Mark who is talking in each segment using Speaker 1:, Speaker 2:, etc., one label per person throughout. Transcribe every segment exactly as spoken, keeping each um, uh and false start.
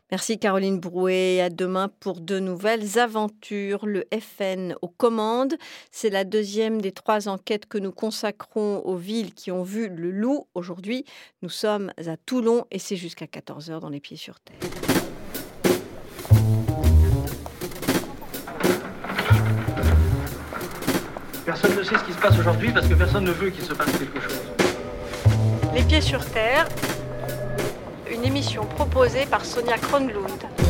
Speaker 1: Merci Caroline Brouet. À demain pour de nouvelles aventures. Le F N aux commandes, c'est la deuxième des trois enquêtes que nous consacrons aux villes qui ont vu le loup. Aujourd'hui, nous sommes à Toulon et c'est jusqu'à quatorze heures dans Les Pieds sur Terre.
Speaker 2: Personne ne sait ce qui se passe aujourd'hui parce que personne ne veut qu'il se passe quelque chose.
Speaker 1: Les Pieds sur Terre, une émission proposée par Sonia Kronlund.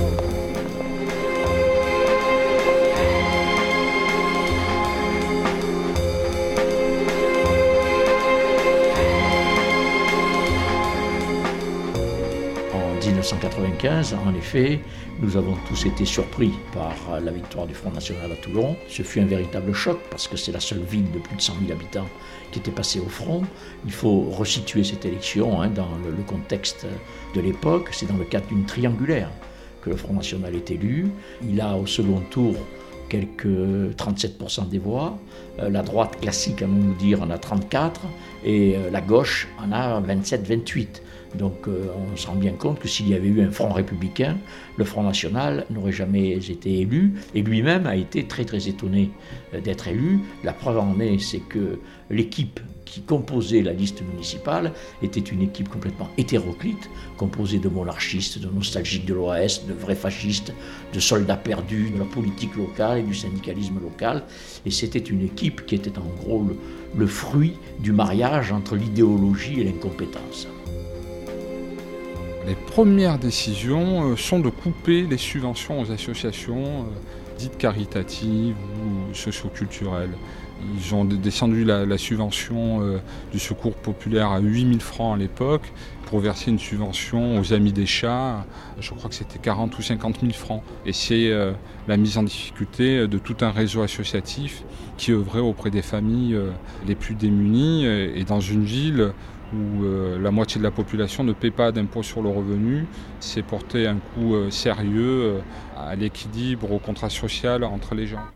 Speaker 3: dix-neuf cent quatre-vingt-quinze, en effet, nous avons tous été surpris par la victoire du Front National à Toulon. Ce fut un véritable choc parce que c'est la seule ville de plus de cent mille habitants qui était passée au front. Il faut resituer cette élection hein, dans le, le contexte de l'époque. C'est dans le cadre d'une triangulaire que le Front National est élu. Il a au second tour quelques trente-sept pour cent des voix. Euh, la droite classique, à nous dire, en a trente-quatre et euh, la gauche en a vingt-sept vingt-huit. Donc euh, on se rend bien compte que s'il y avait eu un front républicain, le Front National n'aurait jamais été élu et lui-même a été très très étonné d'être élu. La preuve en est, c'est que l'équipe qui composait la liste municipale était une équipe complètement hétéroclite, composée de monarchistes, de nostalgiques de l'O A S, de vrais fascistes, de soldats perdus, de la politique locale et du syndicalisme local. Et c'était une équipe qui était en gros le, le fruit du mariage entre l'idéologie et l'incompétence.
Speaker 4: Les premières décisions sont de couper les subventions aux associations dites caritatives ou socioculturelles. Ils ont descendu la, la subvention euh, du secours populaire à huit mille francs à l'époque pour verser une subvention aux Amis des Chats, je crois que c'était quarante ou cinquante mille francs. Et c'est euh, la mise en difficulté de tout un réseau associatif qui œuvrait auprès des familles euh, les plus démunies et dans une ville où euh, la moitié de la population ne paie pas d'impôt sur le revenu. C'est porter un coup euh, sérieux euh, à l'équilibre, au contrat social entre les gens.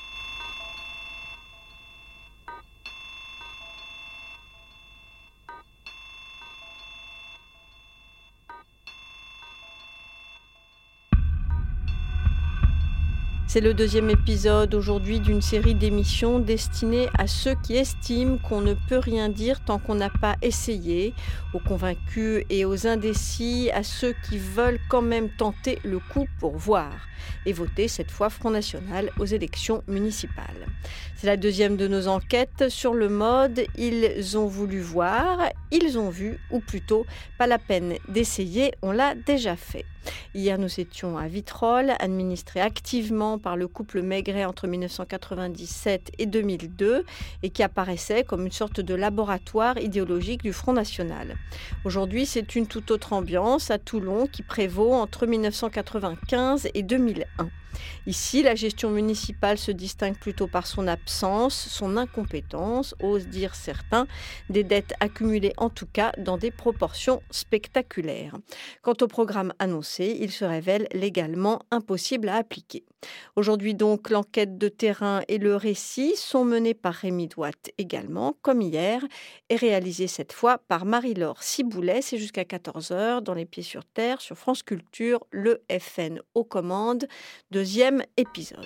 Speaker 1: C'est le deuxième épisode aujourd'hui d'une série d'émissions destinées à ceux qui estiment qu'on ne peut rien dire tant qu'on n'a pas essayé, aux convaincus et aux indécis, à ceux qui veulent quand même tenter le coup pour voir et voter cette fois Front National aux élections municipales. C'est la deuxième de nos enquêtes sur le mode « Ils ont voulu voir, ils ont vu » ou plutôt « Pas la peine d'essayer, on l'a déjà fait ». Hier, nous étions à Vitrolles, administré activement par le couple Maigret entre dix-neuf cent quatre-vingt-dix-sept et deux mille deux et qui apparaissait comme une sorte de laboratoire idéologique du Front National. Aujourd'hui, c'est une toute autre ambiance à Toulon qui prévaut entre dix-neuf cent quatre-vingt-quinze et deux mille un. Ici, la gestion municipale se distingue plutôt par son absence, son incompétence, osent dire certains, des dettes accumulées en tout cas dans des proportions spectaculaires. Quant au programme annoncé, il se révèle légalement impossible à appliquer. Aujourd'hui donc, l'enquête de terrain et le récit sont menés par Rémi Douat également, comme hier, et réalisés cette fois par Marie-Laure Ciboulet. C'est jusqu'à quatorze heures dans Les Pieds sur Terre, sur France Culture, le F N aux commandes, deuxième épisode.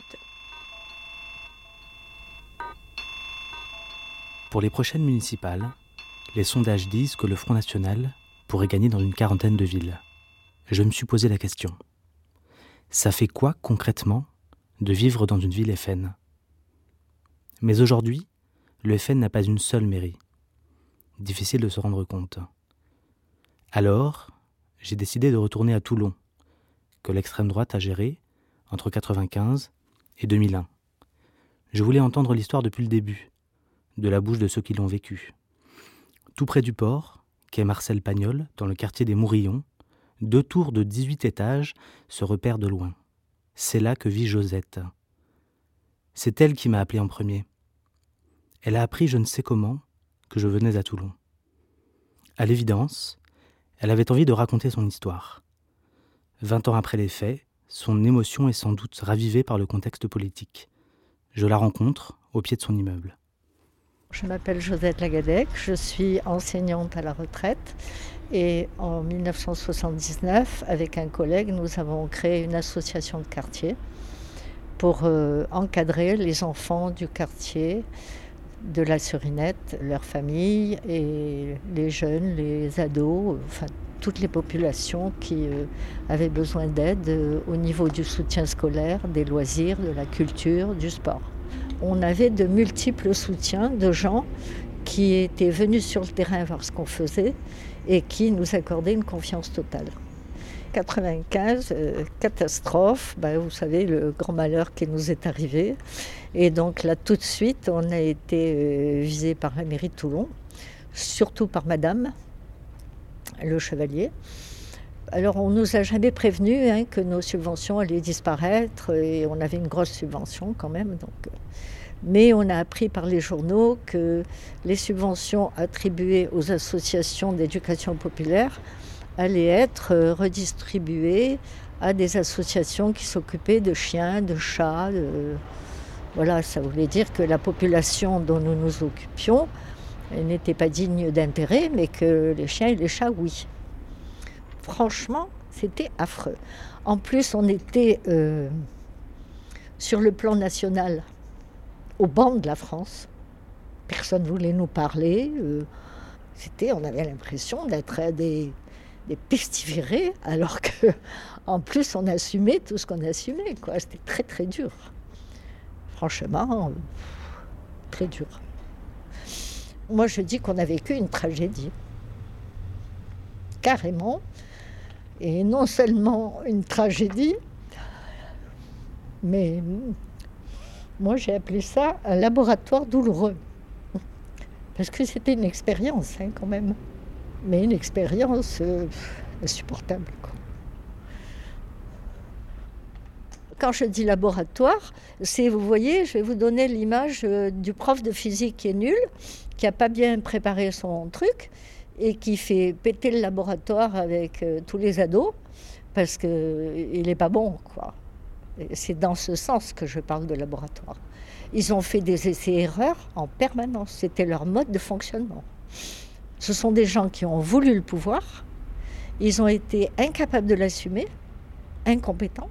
Speaker 5: Pour les prochaines municipales, les sondages disent que le Front National pourrait gagner dans une quarantaine de villes. Je me suis posé la question. Ça fait quoi concrètement de vivre dans une ville F N ? Mais aujourd'hui, le F N n'a pas une seule mairie. Difficile de se rendre compte. Alors, j'ai décidé de retourner à Toulon, que l'extrême droite a géré entre quatre-vingt-quinze et deux mille un. Je voulais entendre l'histoire depuis le début, de la bouche de ceux qui l'ont vécue. Tout près du port, quai Marcel Pagnol, dans le quartier des Mourillons, deux tours de dix-huit étages se repèrent de loin. C'est là que vit Josette. C'est elle qui m'a appelé en premier. Elle a appris je ne sais comment que je venais à Toulon. À l'évidence, elle avait envie de raconter son histoire. Vingt ans après les faits, son émotion est sans doute ravivée par le contexte politique. Je la rencontre au pied de son immeuble.
Speaker 6: Je m'appelle Josette Lagadec, je suis enseignante à la retraite et en dix-neuf cent soixante-dix-neuf, avec un collègue, nous avons créé une association de quartier pour euh, encadrer les enfants du quartier de la Surinette, leurs familles et les jeunes, les ados, enfin toutes les populations qui euh, avaient besoin d'aide euh, au niveau du soutien scolaire, des loisirs, de la culture, du sport. On avait de multiples soutiens de gens qui étaient venus sur le terrain voir ce qu'on faisait et qui nous accordaient une confiance totale. quatre-vingt-quinze, euh, catastrophe, ben, vous savez, le grand malheur qui nous est arrivé. Et donc là, tout de suite, on a été euh, visé par la mairie de Toulon, surtout par madame, le chevalier. Alors, on ne nous a jamais prévenu hein, que nos subventions allaient disparaître et on avait une grosse subvention quand même. Donc, euh, mais on a appris par les journaux que les subventions attribuées aux associations d'éducation populaire allaient être euh, redistribuées à des associations qui s'occupaient de chiens, de chats. De... Voilà, ça voulait dire que la population dont nous nous occupions n'était pas digne d'intérêt, mais que les chiens et les chats, oui. Franchement, c'était affreux. En plus, on était euh, sur le plan national, au banc de la France. Personne ne voulait nous parler. Euh, c'était, on avait l'impression d'être des, des pestiférés, alors qu'en plus, on assumait tout ce qu'on assumait, quoi. C'était très, très dur. Franchement, très dur. Moi, je dis qu'on a vécu une tragédie. Carrément. Et non seulement une tragédie, mais moi j'ai appelé ça un laboratoire douloureux. Parce que c'était une expérience hein, quand même. Mais une expérience euh, insupportable. Quoi. Quand je dis laboratoire, c'est, vous voyez, je vais vous donner l'image euh, du prof de physique qui est nul, qui n'a pas bien préparé son truc, et qui fait péter le laboratoire avec euh, tous les ados, parce qu'il euh, n'est pas bon, quoi. Et c'est dans ce sens que je parle de laboratoire. Ils ont fait des essais-erreurs en permanence, c'était leur mode de fonctionnement. Ce sont des gens qui ont voulu le pouvoir, ils ont été incapables de l'assumer, incompétents,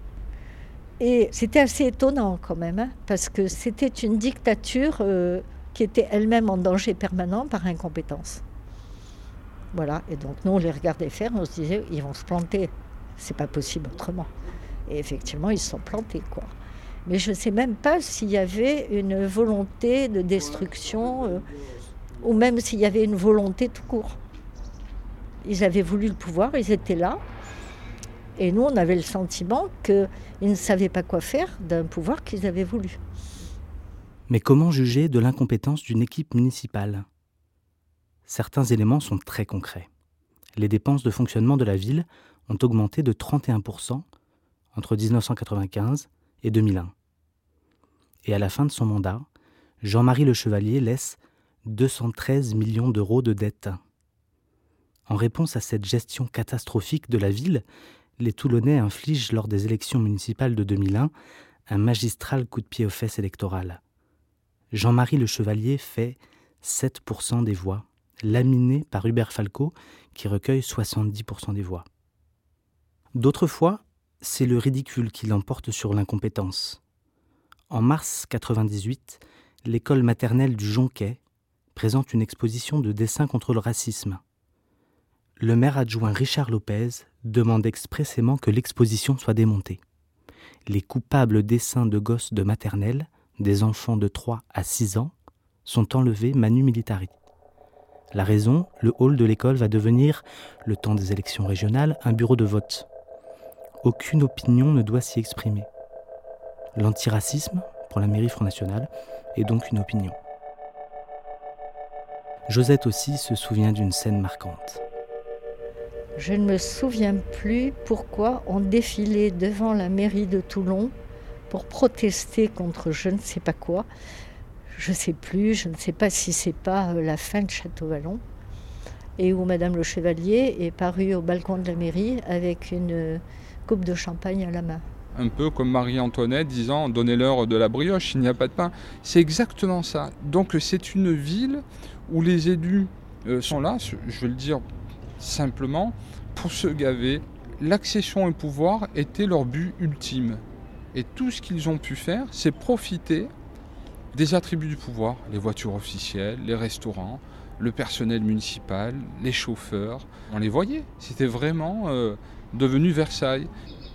Speaker 6: et c'était assez étonnant quand même, hein, parce que c'était une dictature euh, qui était elle-même en danger permanent par incompétence. Voilà, et donc nous on les regardait faire, on se disait ils vont se planter, c'est pas possible autrement. Et effectivement ils se sont plantés quoi. Mais je ne sais même pas s'il y avait une volonté de destruction euh, ou même s'il y avait une volonté tout court. Ils avaient voulu le pouvoir, ils étaient là, et nous on avait le sentiment qu'ils ne savaient pas quoi faire d'un pouvoir qu'ils avaient voulu.
Speaker 5: Mais comment juger de l'incompétence d'une équipe municipale ? Certains éléments sont très concrets. Les dépenses de fonctionnement de la ville ont augmenté de trente et un pour cent entre dix-neuf cent quatre-vingt-quinze et deux mille un. Et à la fin de son mandat, Jean-Marie Le Chevalier laisse deux cent treize millions d'euros de dettes. En réponse à cette gestion catastrophique de la ville, les Toulonnais infligent lors des élections municipales de deux mille un un magistral coup de pied aux fesses électoral. Jean-Marie Le Chevalier fait sept pour cent des voix, laminé par Hubert Falco, qui recueille soixante-dix pour cent des voix. D'autres fois, c'est le ridicule qui l'emporte sur l'incompétence. En mars quatre-vingt-dix-huit, l'école maternelle du Jonquet présente une exposition de dessins contre le racisme. Le maire adjoint Richard Lopez demande expressément que l'exposition soit démontée. Les coupables dessins de gosses de maternelle, des enfants de trois à six ans, sont enlevés manu militari. La raison, le hall de l'école va devenir, le temps des élections régionales, un bureau de vote. Aucune opinion ne doit s'y exprimer. L'antiracisme, pour la mairie Front National, est donc une opinion. Josette aussi se souvient d'une scène marquante.
Speaker 6: Je ne me souviens plus pourquoi on défilait devant la mairie de Toulon pour protester contre je ne sais pas quoi. Je ne sais plus, je ne sais pas si c'est pas la fin de Château-Vallon, et où Madame Le Chevalier est parue au balcon de la mairie avec une coupe de champagne à la main.
Speaker 4: Un peu comme Marie-Antoinette disant « donnez-leur de la brioche, il n'y a pas de pain ». C'est exactement ça. Donc c'est une ville où les élus euh, sont là, je vais le dire simplement, pour se gaver. L'accession au pouvoir était leur but ultime. Et tout ce qu'ils ont pu faire, c'est profiter des attributs du pouvoir, les voitures officielles, les restaurants, le personnel municipal, les chauffeurs. On les voyait, c'était vraiment euh, devenu Versailles.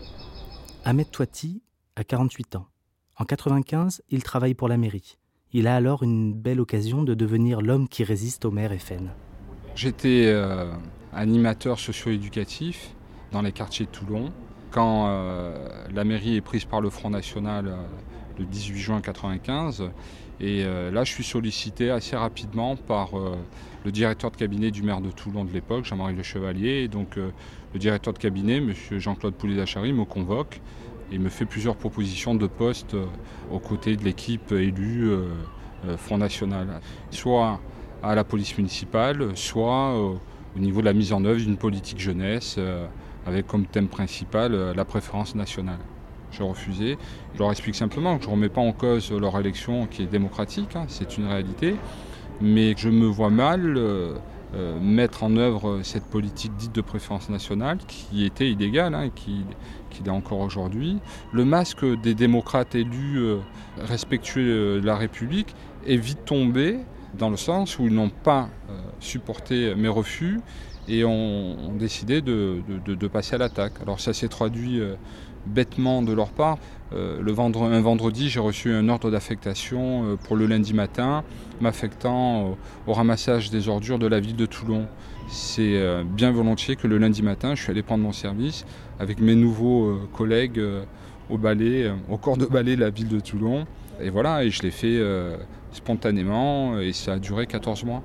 Speaker 5: Ahmed Touati a quarante-huit ans. En quatre-vingt-quinze, il travaille pour la mairie. Il a alors une belle occasion de devenir l'homme qui résiste au maire F N.
Speaker 4: J'étais euh, animateur socio-éducatif dans les quartiers de Toulon. Quand euh, la mairie est prise par le Front National euh, le dix-huit juin quatre-vingt-quinze, et euh, là je suis sollicité assez rapidement par euh, le directeur de cabinet du maire de Toulon de l'époque, Jean-Marie Le Chevalier, et donc euh, le directeur de cabinet, M. Jean-Claude Poulet-Dachary, me convoque et me fait plusieurs propositions de postes euh, aux côtés de l'équipe élue euh, euh, Front National, soit à la police municipale, soit euh, au niveau de la mise en œuvre d'une politique jeunesse, euh, avec comme thème principal euh, la préférence nationale. J'ai refusé. Je leur explique simplement que je ne remets pas en cause leur élection qui est démocratique, hein, c'est une réalité, mais que je me vois mal euh, euh, mettre en œuvre cette politique dite de préférence nationale qui était illégale, hein, qui, qui l'est encore aujourd'hui. Le masque des démocrates élus euh, respectueux de la République est vite tombé dans le sens où ils n'ont pas euh, supporté mes refus et ont, ont décidé de, de, de passer à l'attaque. Alors ça s'est traduit euh, bêtement de leur part. Euh, le vendre, un vendredi, j'ai reçu un ordre d'affectation euh, pour le lundi matin, m'affectant au, au ramassage des ordures de la ville de Toulon. C'est euh, bien volontiers que le lundi matin, je suis allé prendre mon service avec mes nouveaux euh, collègues euh, au balai, euh, au corps de balai de la ville de Toulon. Et voilà, et je l'ai fait euh, spontanément et ça a duré quatorze mois.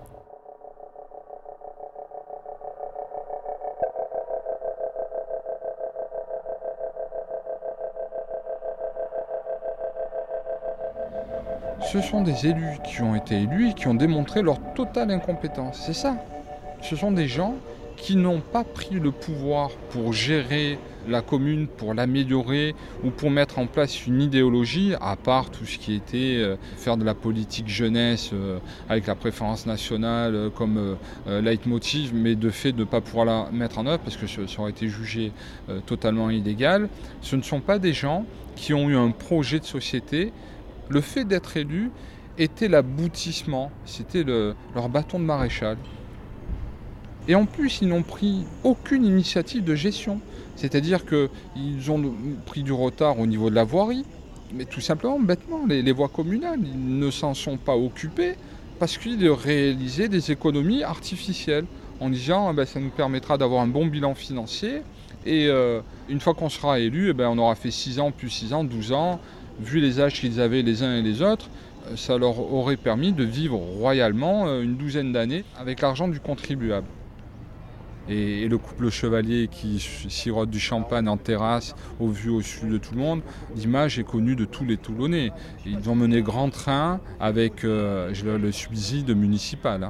Speaker 4: Ce sont des élus qui ont été élus et qui ont démontré leur totale incompétence. C'est ça. Ce sont des gens qui n'ont pas pris le pouvoir pour gérer la commune, pour l'améliorer ou pour mettre en place une idéologie, à part tout ce qui était euh, faire de la politique jeunesse euh, avec la préférence nationale euh, comme euh, leitmotiv, mais de fait de ne pas pouvoir la mettre en œuvre parce que ça aurait été jugé euh, totalement illégal. Ce ne sont pas des gens qui ont eu un projet de société. Le fait d'être élu était l'aboutissement, c'était le, leur bâton de maréchal. Et en plus, ils n'ont pris aucune initiative de gestion. C'est-à-dire qu'ils ont pris du retard au niveau de la voirie, mais tout simplement, bêtement, les, les voies communales, ils ne s'en sont pas occupés parce qu'ils réalisaient des économies artificielles en disant eh ben, ça nous permettra d'avoir un bon bilan financier et euh, une fois qu'on sera élu, eh ben, on aura fait six ans, plus six ans, douze ans. Vu les âges qu'ils avaient les uns et les autres, ça leur aurait permis de vivre royalement une douzaine d'années avec l'argent du contribuable. Et, et le couple Chevalier qui sirote du champagne en terrasse au vu au sud de tout le monde, l'image est connue de tous les Toulonnais. Ils ont mené grand train avec euh, le subside municipal. Hein.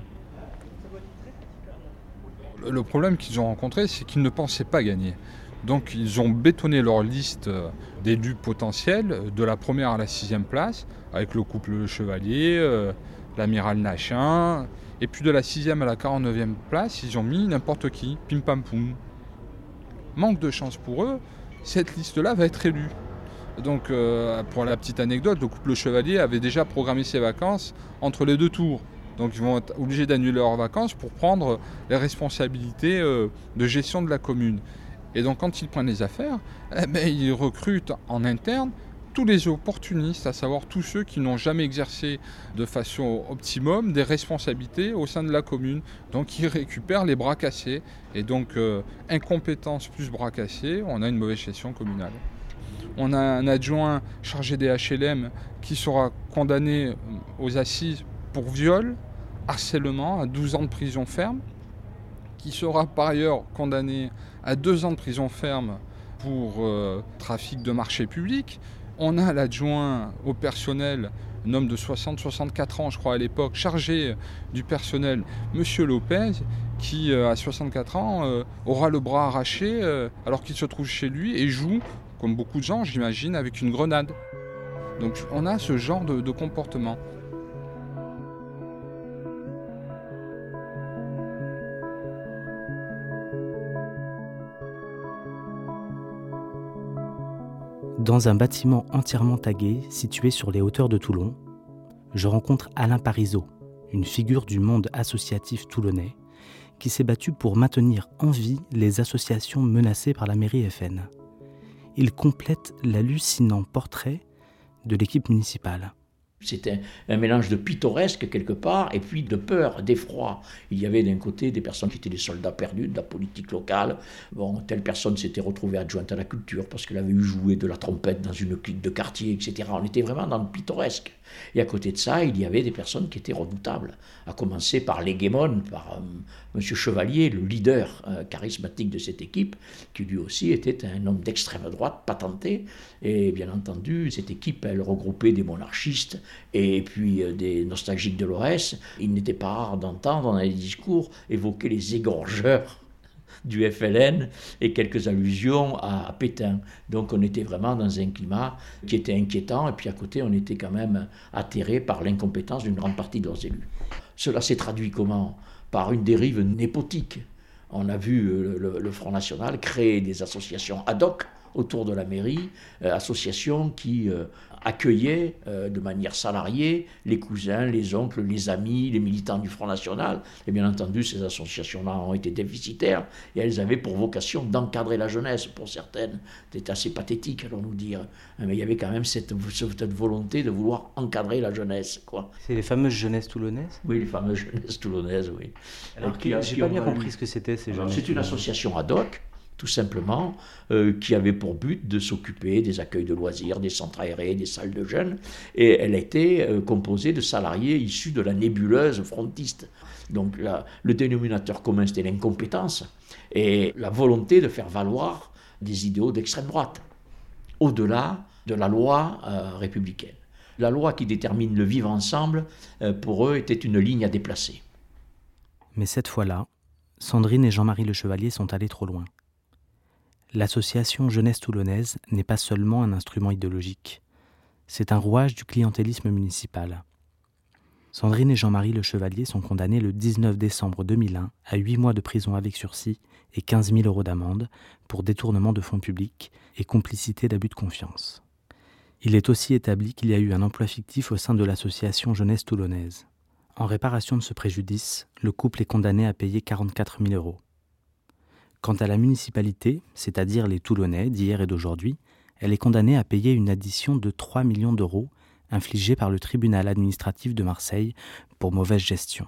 Speaker 4: Le problème qu'ils ont rencontré, c'est qu'ils ne pensaient pas gagner. Donc ils ont bétonné leur liste d'élus potentiels de la première à la sixième place, avec le couple Chevalier, euh, l'amiral Nachin, et puis de la sixième à la quarante-neuvième place, ils ont mis n'importe qui, pim pam poum. Manque de chance pour eux, cette liste-là va être élue. Donc euh, pour la petite anecdote, le couple Chevalier avait déjà programmé ses vacances entre les deux tours. Donc ils vont être obligés d'annuler leurs vacances pour prendre les responsabilités euh, de gestion de la commune. Et donc quand ils prennent les affaires, eh ben, ils recrutent en interne tous les opportunistes, à savoir tous ceux qui n'ont jamais exercé de façon optimum des responsabilités au sein de la commune. Donc ils récupèrent les bras cassés. Et donc euh, incompétence plus bras cassés, on a une mauvaise gestion communale. On a un adjoint chargé des H L M qui sera condamné aux assises pour viol, harcèlement à douze ans de prison ferme, qui sera par ailleurs condamné à deux ans de prison ferme pour euh, trafic de marché public. On a l'adjoint au personnel, un homme de soixante à soixante-quatre ans, je crois à l'époque, chargé du personnel, Monsieur Lopez, qui euh, à soixante-quatre ans euh, aura le bras arraché euh, alors qu'il se trouve chez lui et joue comme beaucoup de gens, j'imagine, avec une grenade. Donc on a ce genre de, de comportement.
Speaker 5: Dans un bâtiment entièrement tagué, situé sur les hauteurs de Toulon, je rencontre Alain Parisot, une figure du monde associatif toulonnais, qui s'est battu pour maintenir en vie les associations menacées par la mairie F N. Il complète l'hallucinant portrait de l'équipe municipale.
Speaker 3: C'était un mélange de pittoresque quelque part et puis de peur, d'effroi. Il y avait d'un côté des personnes qui étaient des soldats perdus de la politique locale. Bon, telle personne s'était retrouvée adjointe à la culture parce qu'elle avait eu joué de la trompette dans une clique de quartier, et cetera. On était vraiment dans le pittoresque. Et à côté de ça, il y avait des personnes qui étaient redoutables, à commencer par l'hégémone, par euh, M. Chevalier, le leader euh, charismatique de cette équipe, qui lui aussi était un homme d'extrême droite patenté. Et bien entendu, cette équipe, elle regroupait des monarchistes et puis euh, des nostalgiques de l'O S. Il n'était pas rare d'entendre dans les discours évoquer les égorgeurs du F L N et quelques allusions à, à Pétain. Donc on était vraiment dans un climat qui était inquiétant et puis à côté on était quand même atterré par l'incompétence d'une grande partie de leurs élus. Cela s'est traduit comment ? Par une dérive népotique. On a vu le, le, le Front National créer des associations ad hoc autour de la mairie, euh, associations qui euh, accueillaient euh, de manière salariée les cousins, les oncles, les amis, les militants du Front National. Et bien entendu, ces associations-là ont été déficitaires et elles avaient pour vocation d'encadrer la jeunesse. Pour certaines, c'était assez pathétique, allons-nous dire. Mais il y avait quand même cette, cette volonté de vouloir encadrer la jeunesse, quoi.
Speaker 5: C'est les fameuses jeunesses toulonnaises ?
Speaker 3: Oui, les fameuses jeunesses toulonnaises, oui.
Speaker 5: Alors, qui, j'ai pas bien compris ce que c'était, ces jeunesses.
Speaker 3: C'est une association ad hoc, tout simplement, euh, qui avait pour but de s'occuper des accueils de loisirs, des centres aérés, des salles de jeunes, et elle était euh, composée de salariés issus de la nébuleuse frontiste. Donc la, le dénominateur commun, c'était l'incompétence et la volonté de faire valoir des idéaux d'extrême droite, au-delà de la loi euh, républicaine. La loi qui détermine le vivre ensemble, euh, pour eux, était une ligne à déplacer.
Speaker 5: Mais cette fois-là, Sandrine et Jean-Marie Le Chevalier sont allés trop loin. L'association Jeunesse Toulonnaise n'est pas seulement un instrument idéologique, c'est un rouage du clientélisme municipal. Sandrine et Jean-Marie Le Chevalier sont condamnés le dix-neuf décembre deux mille un à huit mois de prison avec sursis et quinze mille euros d'amende pour détournement de fonds publics et complicité d'abus de confiance. Il est aussi établi qu'il y a eu un emploi fictif au sein de l'association Jeunesse Toulonnaise. En réparation de ce préjudice, le couple est condamné à payer quarante-quatre mille euros. Quant à la municipalité, c'est-à-dire les Toulonnais d'hier et d'aujourd'hui, elle est condamnée à payer une addition de trois millions d'euros infligée par le tribunal administratif de Marseille pour mauvaise gestion.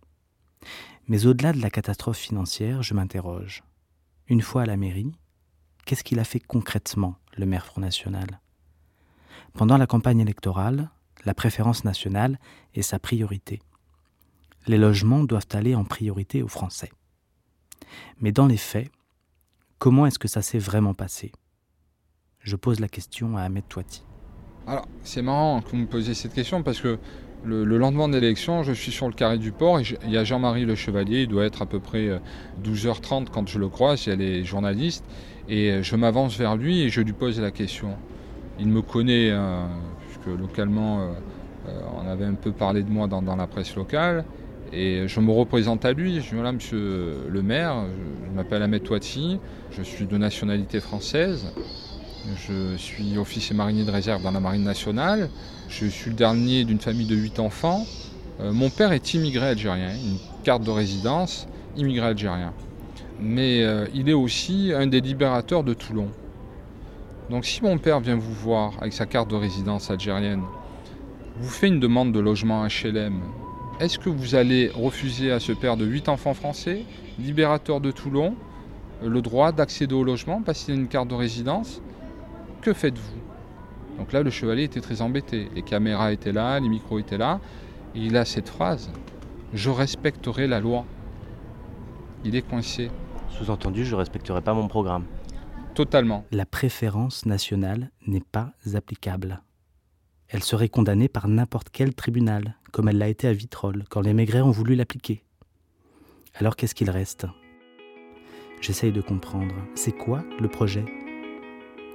Speaker 5: Mais au-delà de la catastrophe financière, je m'interroge. Une fois à la mairie, qu'est-ce qu'il a fait concrètement, le maire Front National ? Pendant la campagne électorale, la préférence nationale est sa priorité. Les logements doivent aller en priorité aux Français. Mais dans les faits, comment est-ce que ça s'est vraiment passé ? Je pose la question à Ahmed Touati.
Speaker 4: Alors, c'est marrant que vous me posiez cette question parce que le, le lendemain de l'élection, je suis sur le carré du port et je, il y a Jean-Marie Le Chevalier, il doit être à peu près douze heures trente quand je le croise, il y a les journalistes, et je m'avance vers lui et je lui pose la question. Il me connaît, euh, puisque localement, euh, on avait un peu parlé de moi dans, dans la presse locale. Et je me représente à lui, je dis voilà monsieur le maire, je m'appelle Ahmed Touati, je suis de nationalité française, je suis officier marinier de réserve dans la marine nationale, je suis le dernier d'une famille de huit enfants, euh, mon père est immigré algérien, une carte de résidence, immigré algérien. Mais euh, il est aussi un des libérateurs de Toulon. Donc si mon père vient vous voir avec sa carte de résidence algérienne, vous fait une demande de logement H L M, est-ce que vous allez refuser à ce père de huit enfants français, libérateur de Toulon, le droit d'accéder au logement parce qu'il a une carte de résidence ? Que faites-vous ? Donc là, le chevalier était très embêté. Les caméras étaient là, les micros étaient là. Et il a cette phrase, « Je respecterai la loi ». Il est coincé.
Speaker 5: Sous-entendu, je ne respecterai pas mon programme.
Speaker 4: Totalement.
Speaker 5: La préférence nationale n'est pas applicable. Elle serait condamnée par n'importe quel tribunal, comme elle l'a été à Vitrolles, quand les Maigret ont voulu l'appliquer. Alors qu'est-ce qu'il reste ? J'essaye de comprendre. C'est quoi le projet ?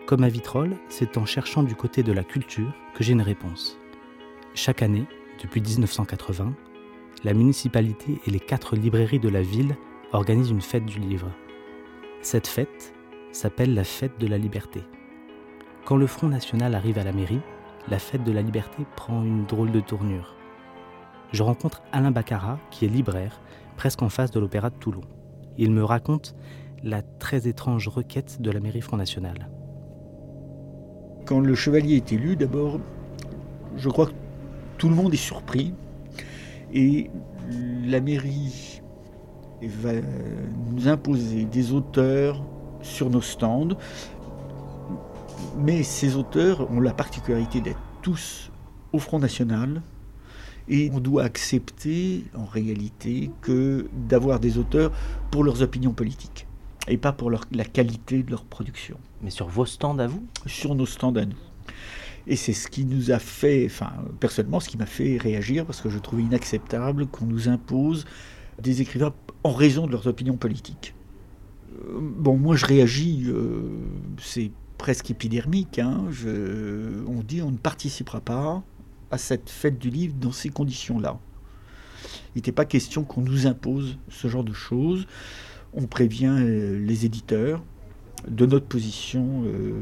Speaker 5: Comme à Vitrolles, c'est en cherchant du côté de la culture que j'ai une réponse. Chaque année, depuis dix-neuf cent quatre-vingts, la municipalité et les quatre librairies de la ville organisent une fête du livre. Cette fête s'appelle la Fête de la Liberté. Quand le Front National arrive à la mairie, la Fête de la Liberté prend une drôle de tournure. Je rencontre Alain Baccarat, qui est libraire, presque en face de l'Opéra de Toulon. Il me raconte la très étrange requête de la mairie Front National.
Speaker 7: Quand le chevalier est élu, d'abord, je crois que tout le monde est surpris. Et la mairie va nous imposer des auteurs sur nos stands. Mais ces auteurs ont la particularité d'être tous au Front National. Et on doit accepter, en réalité, que d'avoir des auteurs pour leurs opinions politiques. Et pas pour leur, la qualité de leur production.
Speaker 8: Mais sur vos stands à vous ?
Speaker 7: Sur nos stands à nous. Et c'est ce qui nous a fait, enfin, personnellement, ce qui m'a fait réagir, parce que je trouvais inacceptable qu'on nous impose des écrivains en raison de leurs opinions politiques. Euh, bon, moi, je réagis, euh, c'est presque épidermique, hein, je, on dit on ne participera pas à cette fête du livre dans ces conditions-là. Il n'était pas question qu'on nous impose ce genre de choses. On prévient les éditeurs de notre position euh,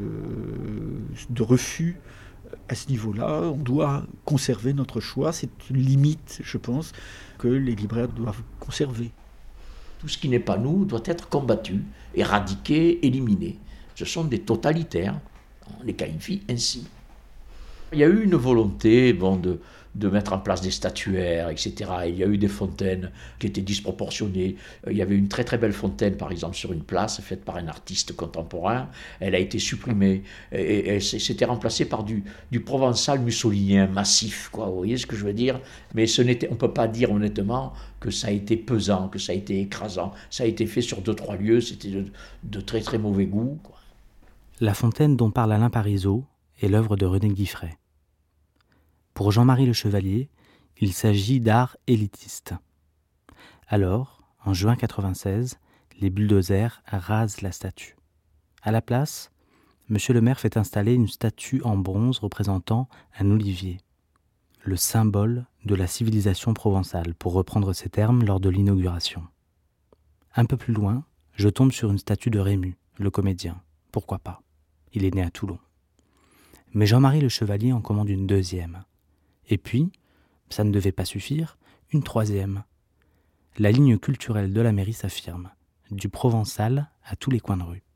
Speaker 7: de refus à ce niveau-là. On doit conserver notre choix. C'est une limite, je pense, que les libraires doivent conserver.
Speaker 3: Tout ce qui n'est pas nous doit être combattu, éradiqué, éliminé. Ce sont des totalitaires. On les qualifie ainsi. Il y a eu une volonté bon, de, de mettre en place des statuaires, et cetera. Il y a eu des fontaines qui étaient disproportionnées. Il y avait une très très belle fontaine, par exemple, sur une place, faite par un artiste contemporain. Elle a été supprimée et, et elle s'était remplacée par du, du provençal mussolinien massif, quoi. Vous voyez ce que je veux dire ? Mais ce n'était, on ne peut pas dire honnêtement que ça a été pesant, que ça a été écrasant. Ça a été fait sur deux, trois lieux, c'était de, de très très mauvais goût, quoi.
Speaker 5: La fontaine dont parle Alain Parizeau est l'œuvre de René Guiffray. Pour Jean-Marie Le Chevalier, il s'agit d'art élitiste. Alors, en juin quatre-vingt-seize, les bulldozers rasent la statue. À la place, Monsieur le maire fait installer une statue en bronze représentant un olivier, le symbole de la civilisation provençale, pour reprendre ces termes lors de l'inauguration. Un peu plus loin, je tombe sur une statue de Rému, le comédien. Pourquoi pas ? Il est né à Toulon. Mais Jean-Marie Le Chevalier en commande une deuxième. Et puis, ça ne devait pas suffire, une troisième. La ligne culturelle de la mairie s'affirme, du provençal à tous les coins de rue.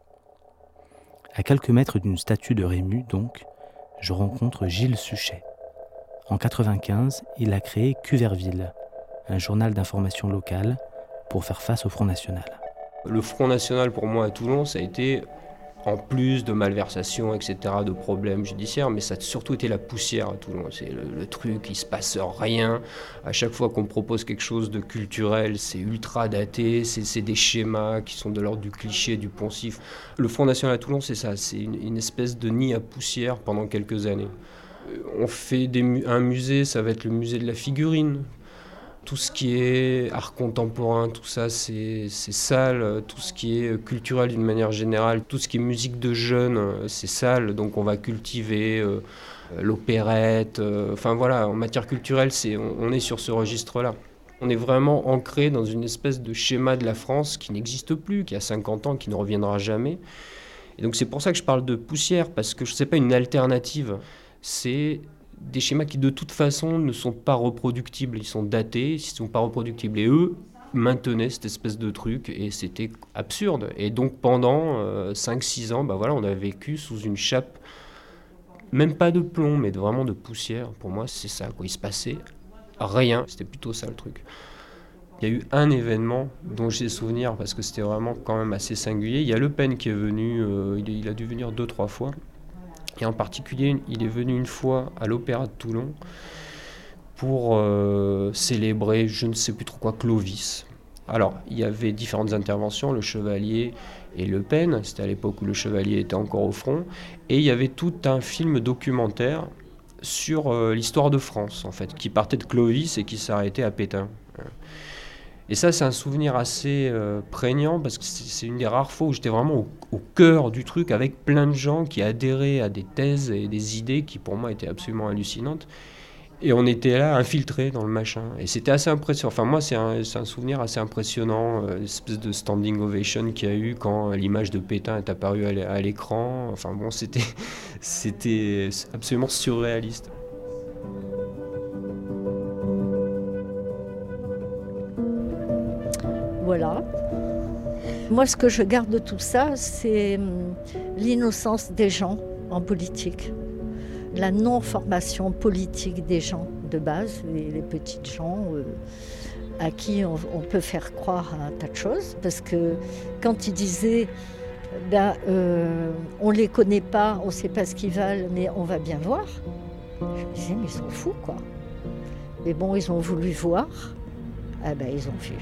Speaker 5: À quelques mètres d'une statue de Rému, donc, je rencontre Gilles Suchet. En quatre-vingt-quinze, il a créé Cuverville, un journal d'information locale pour faire face au Front National.
Speaker 9: Le Front National, pour moi, à Toulon, ça a été, en plus de malversations, et cetera, de problèmes judiciaires, mais ça a surtout été la poussière à Toulon. C'est le, le truc, il ne se passe rien. À chaque fois qu'on propose quelque chose de culturel, c'est ultra daté, c'est, c'est des schémas qui sont de l'ordre du cliché, du poncif. Le Front National à Toulon, c'est ça, c'est une, une espèce de nid à poussière pendant quelques années. On fait des, un musée, ça va être le musée de la figurine. Tout ce qui est art contemporain, tout ça, c'est, c'est sale. Tout ce qui est culturel d'une manière générale, tout ce qui est musique de jeunes, c'est sale. Donc on va cultiver euh, l'opérette. Euh, enfin voilà, en matière culturelle, c'est, on, on est sur ce registre-là. On est vraiment ancré dans une espèce de schéma de la France qui n'existe plus, qui a cinquante ans, qui ne reviendra jamais. Et donc c'est pour ça que je parle de poussière, parce que ce n'est pas une alternative. C'est des schémas qui de toute façon ne sont pas reproductibles, ils sont datés, ils ne sont pas reproductibles. Et eux maintenaient cette espèce de truc et c'était absurde. Et donc pendant euh, cinq six ans, bah voilà, on a vécu sous une chape, même pas de plomb, mais de, vraiment de poussière. Pour moi, c'est ça, quoi. Il se passait rien, c'était plutôt ça le truc. Il y a eu un événement dont j'ai souvenir parce que c'était vraiment quand même assez singulier. Il y a Le Pen qui est venu, euh, il, il a dû venir deux, trois fois. Et en particulier, il est venu une fois à l'Opéra de Toulon pour euh, célébrer, je ne sais plus trop quoi, Clovis. Alors, il y avait différentes interventions, le Chevalier et Le Pen, c'était à l'époque où le Chevalier était encore au front, et il y avait tout un film documentaire sur euh, l'histoire de France, en fait, qui partait de Clovis et qui s'arrêtait à Pétain. Et ça, c'est un souvenir assez euh, prégnant parce que c'est, c'est une des rares fois où j'étais vraiment au, au cœur du truc avec plein de gens qui adhéraient à des thèses et des idées qui pour moi étaient absolument hallucinantes. Et on était là, infiltrés dans le machin. Et c'était assez impressionnant. Enfin, moi, c'est un, c'est un souvenir assez impressionnant, euh, l'espèce de standing ovation qu'il y a eu quand l'image de Pétain est apparue à, à l'écran. Enfin bon, c'était, c'était absolument surréaliste.
Speaker 6: Voilà. Moi, ce que je garde de tout ça, c'est l'innocence des gens en politique. La non-formation politique des gens de base, les, les petites gens euh, à qui on, on peut faire croire à un tas de choses. Parce que quand ils disaient, ben, euh, on ne les connaît pas, on ne sait pas ce qu'ils valent, mais on va bien voir. Je me disais, mais ils sont fous, quoi. Mais bon, ils ont voulu voir, ah ben, ils ont vu.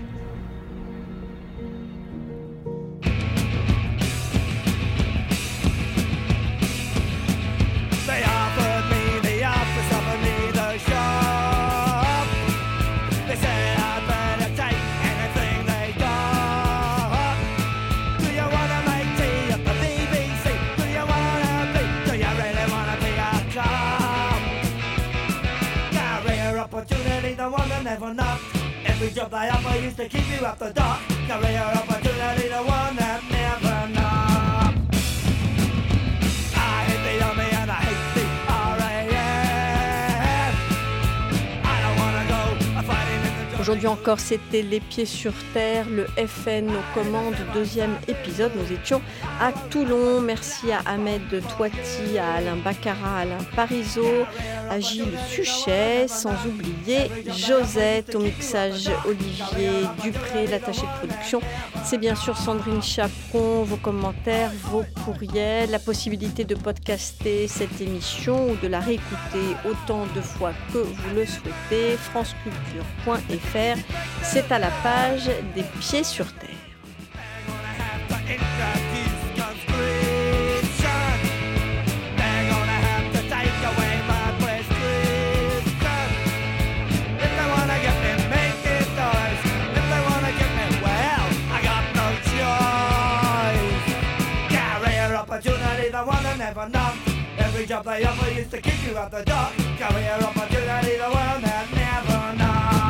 Speaker 8: Never not. Every job they offer used to keep you up the dock. Career opportunity, the one that never not. I hate the army and I hate the R A F. I don't wanna go fighting in the...
Speaker 1: Aujourd'hui encore, c'était Les Pieds sur Terre, le F N aux commandes, deuxième épisode. Nous étions à Toulon. Merci à Ahmed Touati, à Alain Baccarat, à Alain Parisot, à Gilles Suchet, sans oublier Josette, au mixage Olivier Dupré, l'attaché de production. C'est bien sûr Sandrine Chaperon, vos commentaires, vos courriels, la possibilité de podcaster cette émission ou de la réécouter autant de fois que vous le souhaitez. franceculture point f r, c'est à la page des Pieds sur Terre.
Speaker 8: Never not. Every job they offer used to kick you out the door. Career opportunity, the one that never not.